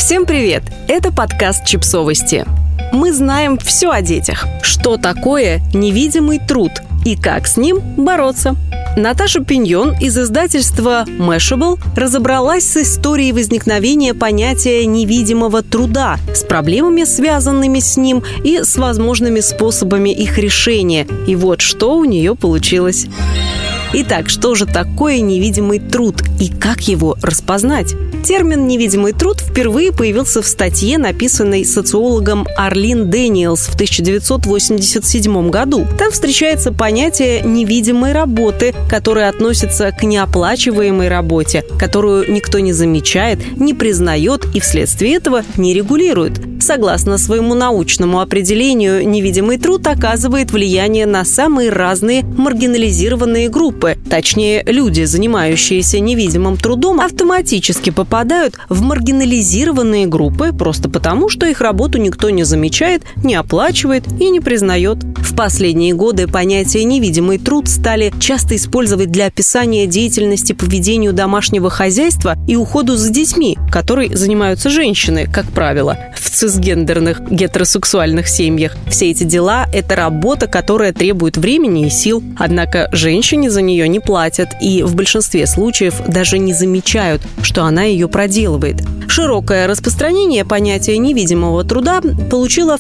Всем привет! Это подкаст «Чипсовости». Мы знаем все о детях. Что такое невидимый труд и как с ним бороться. Наташа Пиньон из издательства Mashable разобралась с историей возникновения понятия невидимого труда, с проблемами, связанными с ним, и с возможными способами их решения. И вот что у нее получилось. Итак, что же такое невидимый труд и как его распознать? Термин «невидимый труд» впервые появился в статье, написанной социологом Арлин Дэниелс в 1987 году. Там встречается понятие невидимой работы, которое относится к неоплачиваемой работе, которую никто не замечает, не признает и вследствие этого не регулирует. Согласно своему научному определению, невидимый труд оказывает влияние на самые разные маргинализированные группы. Точнее, люди, занимающиеся невидимым трудом, автоматически попадают в маргинализированные группы просто потому, что их работу никто не замечает, не оплачивает и не признает. В последние годы понятие «невидимый труд» стали часто использовать для описания деятельности по ведению домашнего хозяйства и уходу за детьми, которой занимаются женщины, как правило, в цисгендерных гетеросексуальных семьях. Все эти дела – это работа, которая требует времени и сил. Однако женщине за нее не платят и в большинстве случаев даже не замечают, что она ее проделывает. Широкое распространение понятия невидимого труда получило в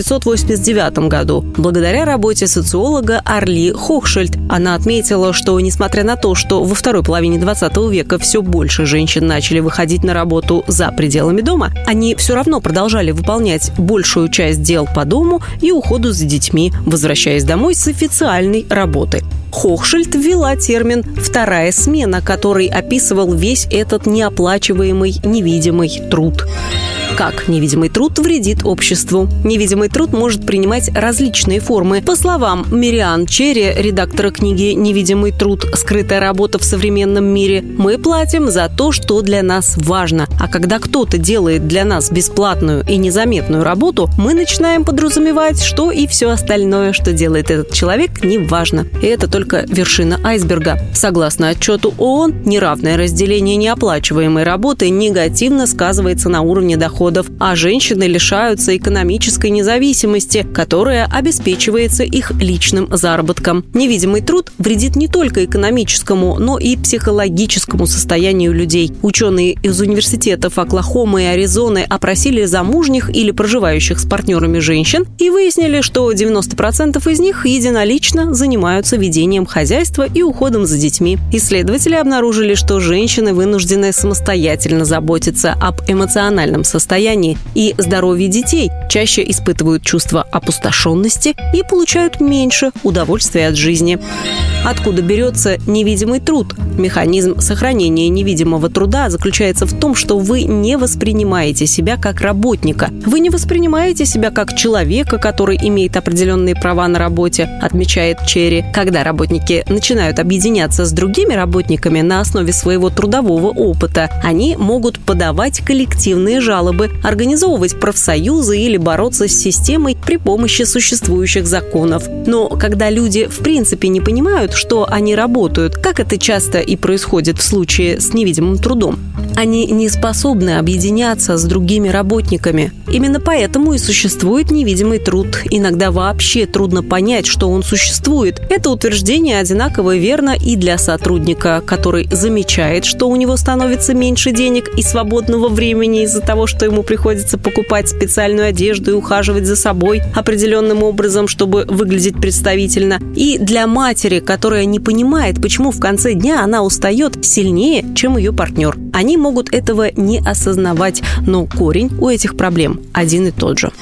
1989 году благодаря работе социолога Арли Хохшельд. Она отметила, что несмотря на то, что во второй половине 20 века все больше женщин начали выходить на работу за пределами дома, они все равно продолжали выполнять большую часть дел по дому и уходу за детьми, возвращаясь домой с официальной работы. Хохшельд ввела термин «вторая смена», который описывал весь этот неоплачиваемый невидимый труд. Как невидимый труд вредит обществу? Невидимый труд может принимать различные формы. По словам Мириан Черри, редактора книги «Невидимый труд. Скрытая работа в современном мире», мы платим за то, что для нас важно. А когда кто-то делает для нас бесплатную и незаметную работу, мы начинаем подразумевать, что и все остальное, что делает этот человек, не важно. И это только вершина айсберга. Согласно отчету ООН, неравное разделение неоплачиваемой работы негативно сказывается на уровне доходов, а женщины лишаются экономической независимости, которая обеспечивается их личным заработком. Невидимый труд вредит не только экономическому, но и психологическому состоянию людей. Ученые из университетов Оклахомы и Аризоны опросили замужних или проживающих с партнерами женщин и выяснили, что 90% из них единолично занимаются ведением хозяйства и уходом за детьми. Исследователи обнаружили, что женщины вынуждены самостоятельно заботиться об эмоциональном состоянии и здоровье детей, чаще испытывают чувство опустошенности и получают меньше удовольствия от жизни. Откуда берется невидимый труд? Механизм сохранения невидимого труда заключается в том, что вы не воспринимаете себя как работника. Вы не воспринимаете себя как человека, который имеет определенные права на работе, отмечает Черри. Когда работники начинают объединяться с другими работниками на основе своего трудового опыта, они могут подавать коллективные жалобы, организовывать профсоюзы или бороться с системой при помощи существующих законов. Но когда люди в принципе не понимают, что они работают, как это часто и происходит в случае с невидимым трудом, они не способны объединяться с другими работниками. Именно поэтому и существует невидимый труд. Иногда вообще трудно понять, что он существует. Это утверждение одинаково верно и для сотрудника, который замечает, что у него становится меньше денег и свободного времени из-за того, что ему приходится покупать специальную одежду и ухаживать за собой определенным образом, чтобы выглядеть представительно. И для матери, которая не понимает, почему в конце дня она устает сильнее, чем ее партнер. Они могут этого не осознавать, но корень у этих проблем один и тот же.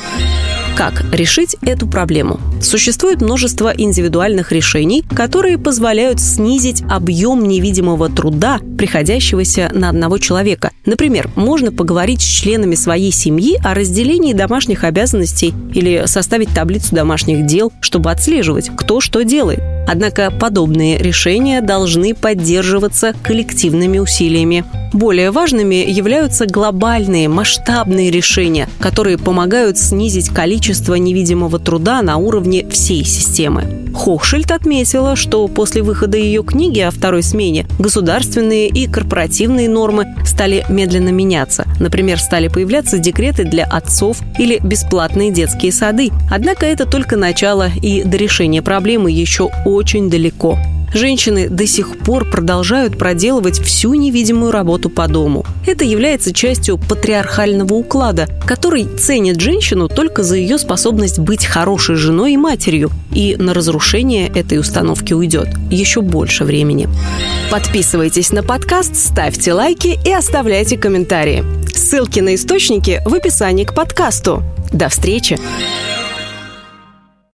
Как решить эту проблему? Существует множество индивидуальных решений, которые позволяют снизить объем невидимого труда, приходящегося на одного человека. Например, можно поговорить с членами своей семьи о разделении домашних обязанностей или составить таблицу домашних дел, чтобы отслеживать, кто что делает. Однако подобные решения должны поддерживаться коллективными усилиями. Более важными являются глобальные, масштабные решения, которые помогают снизить количество невидимого труда на уровне всей системы. Хохшильд отметила, что после выхода ее книги о второй смене государственные и корпоративные нормы стали медленно меняться. Например, стали появляться декреты для отцов или бесплатные детские сады. Однако это только начало, и до решения проблемы еще очень далеко. Женщины до сих пор продолжают проделывать всю невидимую работу по дому. Это является частью патриархального уклада, который ценит женщину только за ее способность быть хорошей женой и матерью. И на разрушение этой установки уйдет еще больше времени. Подписывайтесь на подкаст, ставьте лайки и оставляйте комментарии. Ссылки на источники в описании к подкасту. До встречи!